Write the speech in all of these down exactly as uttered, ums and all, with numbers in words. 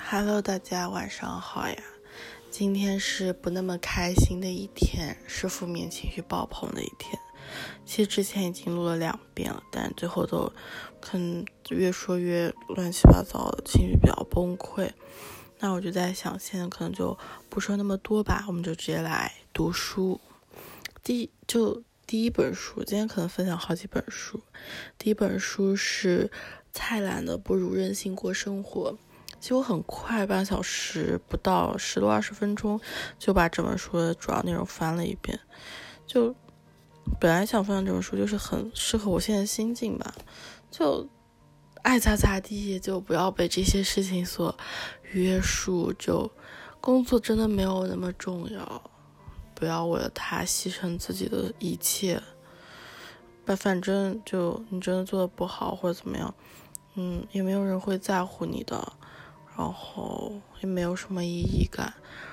Hello， 大家晚上好呀！今天是不那么开心的一天，是负面情绪爆棚的一天。其实之前已经录了两遍了，但最后都可能越说越乱七八糟的，情绪比较崩溃。那我就在想，现在可能就不说那么多吧，我们就直接来读书。第一就第一本书，今天可能分享好几本书。第一本书是蔡澜的《不如任性过生活》。其实我很快，半小时不到，十多二十分钟就把这本书的主要内容翻了一遍。就本来想分享这本书，就是很适合我现在的心境吧。就爱咋咋地，就不要被这些事情所约束。就工作真的没有那么重要，不要为了它牺牲自己的一切。反正就你真的做的不好或者怎么样，嗯，也没有人会在乎你的。然后也没有什么意义感，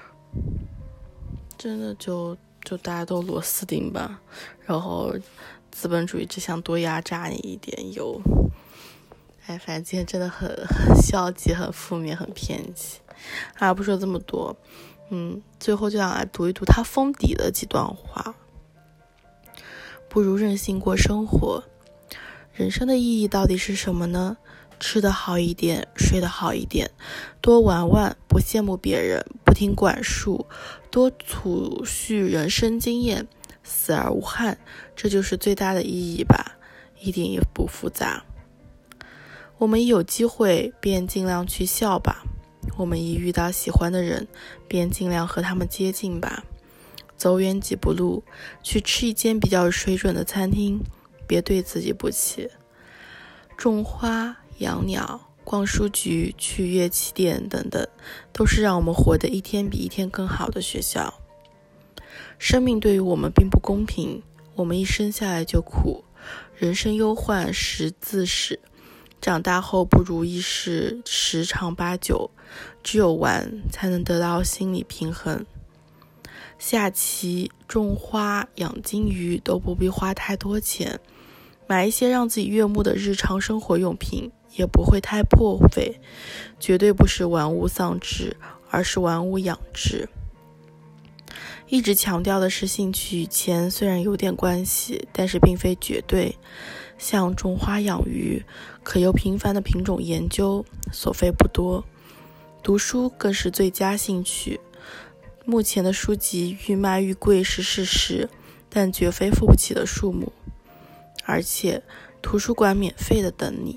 真的就就大家都螺丝钉吧。然后资本主义只想多压榨你一点油。哎，反正今天真的很很消极、很负面、很偏激。啊，不说这么多，嗯，最后就想来读一读他封底的几段话。不如任性过生活，人生的意义到底是什么呢？吃得好一点，睡得好一点，多玩玩，不羡慕别人，不听管束，多储蓄人生经验，死而无憾，这就是最大的意义吧，一点也不复杂。我们一有机会便尽量去笑吧，我们一遇到喜欢的人便尽量和他们接近吧，走远几步路，去吃一间比较有水准的餐厅，别对自己不起。种花养鸟，逛书局，去乐器店等等，都是让我们活得一天比一天更好的学校。生命对于我们并不公平，我们一生下来就苦，人生忧患十自始，长大后不如意事十常八九，只有玩才能得到心理平衡。下棋、种花、养金鱼都不必花太多钱，买一些让自己悦目的日常生活用品也不会太破费，绝对不是玩物丧志，而是玩物养志。一直强调的是兴趣与钱虽然有点关系，但是并非绝对。像种花养鱼，可由频繁的品种研究，所费不多。读书更是最佳兴趣。目前的书籍愈卖愈贵是事实，但绝非付不起的数目。而且图书馆免费的等你。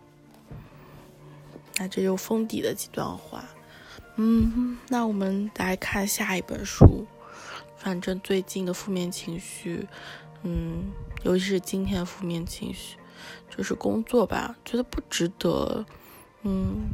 那这就封底的几段话。嗯，那我们来看下一本书。反正最近的负面情绪，嗯，尤其是今天的负面情绪，就是工作吧，觉得不值得，嗯，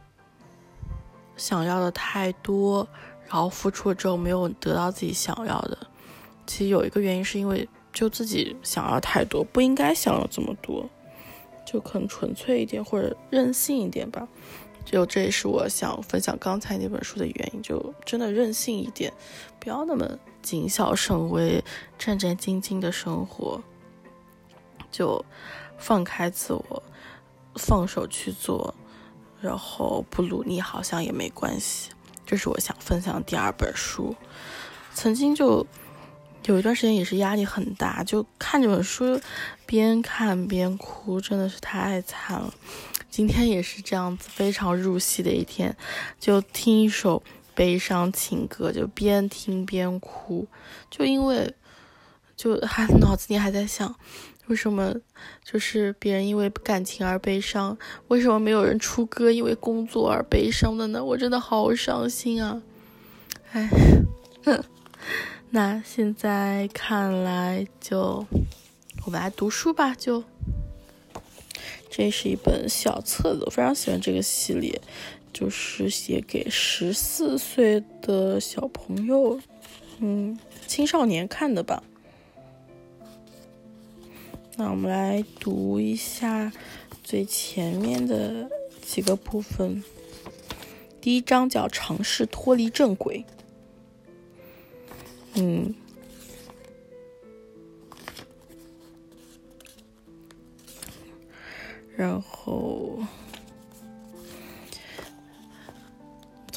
想要的太多，然后付出了之后没有得到自己想要的。其实有一个原因是因为就自己想要太多，不应该想要这么多，就可能纯粹一点或者任性一点吧。就这也是我想分享刚才那本书的原因，就真的任性一点，不要那么谨小慎微、战战兢兢的生活，就放开自我，放手去做，然后不努力好像也没关系。这是我想分享的第二本书。曾经就有一段时间也是压力很大，就看这本书边看边哭，真的是太惨了。今天也是这样子，非常入戏的一天，就听一首悲伤情歌，就边听边哭，就因为就还脑子里还在想，为什么就是别人因为感情而悲伤，为什么没有人出歌因为工作而悲伤的呢？我真的好伤心啊！哎，那现在看来就我们来读书吧。就这是一本小册子，我非常喜欢这个系列，就是写给十四岁的小朋友，嗯，青少年看的吧。那我们来读一下最前面的几个部分。第一章叫尝试脱离正轨。嗯，然后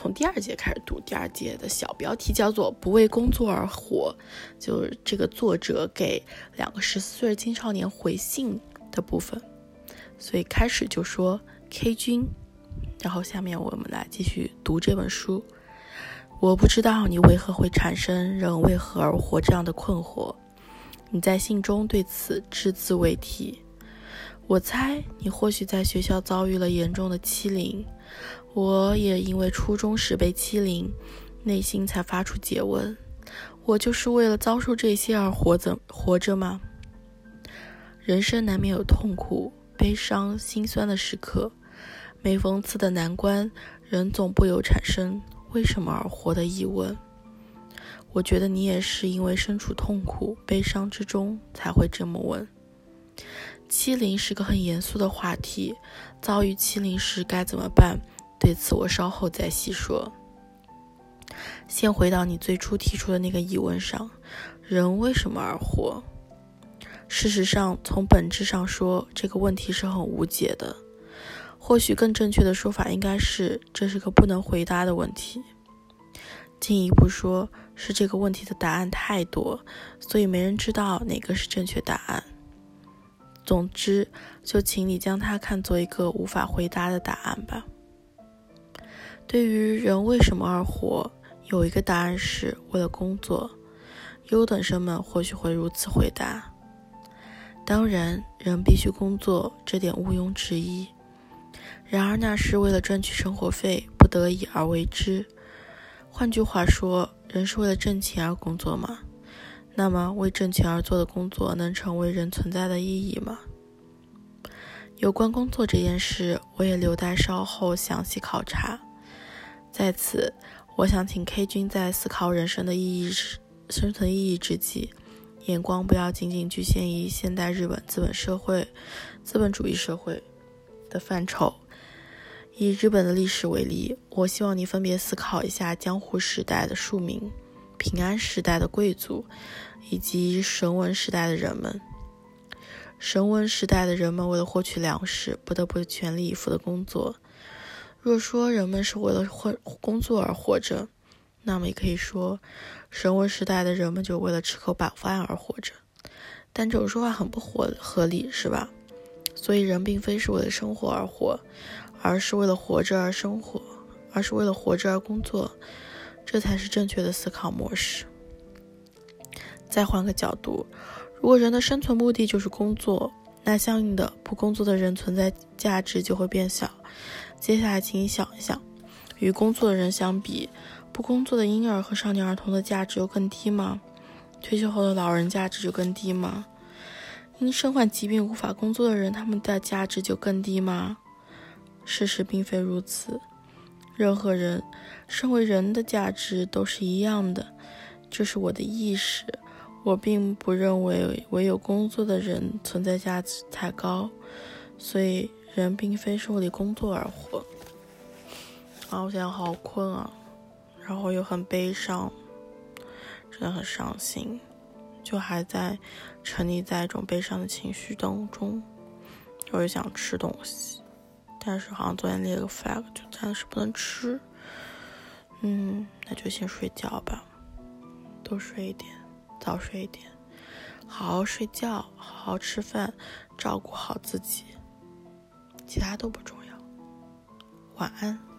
从第二节开始读，第二节的小标题叫做不为工作而活，就是这个作者给两个十四岁的青少年回信的部分。所以开始就说 K 君，然后下面我们来继续读这本书。我不知道你为何会产生人为何而活这样的困惑，你在信中对此只字未提。我猜你或许在学校遭遇了严重的欺凌，我也因为初中时被欺凌，内心才发出诘问，我就是为了遭受这些而活着活着吗？人生难免有痛苦、悲伤、心酸的时刻，每逢此的难关，人总不由产生为什么而活的疑问。我觉得你也是因为身处痛苦、悲伤之中才会这么问。欺凌是个很严肃的话题，遭遇欺凌时该怎么办？对此我稍后再细说。先回到你最初提出的那个疑问上，人为什么而活？事实上，从本质上说，这个问题是很无解的。或许更正确的说法应该是，这是个不能回答的问题。进一步说，是这个问题的答案太多，所以没人知道哪个是正确答案。总之，就请你将它看作一个无法回答的答案吧。对于人为什么而活，有一个答案是为了工作。优等生们或许会如此回答。当然，人必须工作，这点毋庸置疑。然而那是为了赚取生活费，不得已而为之。换句话说，人是为了挣钱而工作吗？那么为挣钱而做的工作能成为人存在的意义吗？有关工作这件事，我也留待稍后详细考察。在此，我想请 K 君在思考人生的意义时生存意义之际，眼光不要仅仅局限于现代日本资本社会、资本主义社会的范畴。以日本的历史为例，我希望你分别思考一下江户时代的庶民、平安时代的贵族，以及绳文时代的人们。绳文时代的人们为了获取粮食，不得不全力以赴的工作。若说人们是为了工作而活着，那么也可以说绳文时代的人们就为了吃口饱饭而活着。但这种说法很不合理，是吧？所以人并非是为了生活而活，而是为了活着而生活，而是为了活着而工作，这才是正确的思考模式。再换个角度，如果人的生存目的就是工作，那相应的不工作的人存在价值就会变小。接下来请你想一想，与工作的人相比，不工作的婴儿和少年儿童的价值又更低吗？退休后的老人价值就更低吗？因身患疾病无法工作的人，他们的价值就更低吗？事实并非如此。任何人，身为人的价值都是一样的，这是我的意识。我并不认为唯有工作的人存在价值太高，所以人并非是为了工作而活。啊，我现在好困啊，然后又很悲伤，真的很伤心，就还在沉溺在一种悲伤的情绪当中。我也想吃东西，但是好像昨天列个 flag 就暂时不能吃。嗯，那就先睡觉吧，多睡一点，早睡一点，好好睡觉，好好吃饭，照顾好自己，其他都不重要。晚安。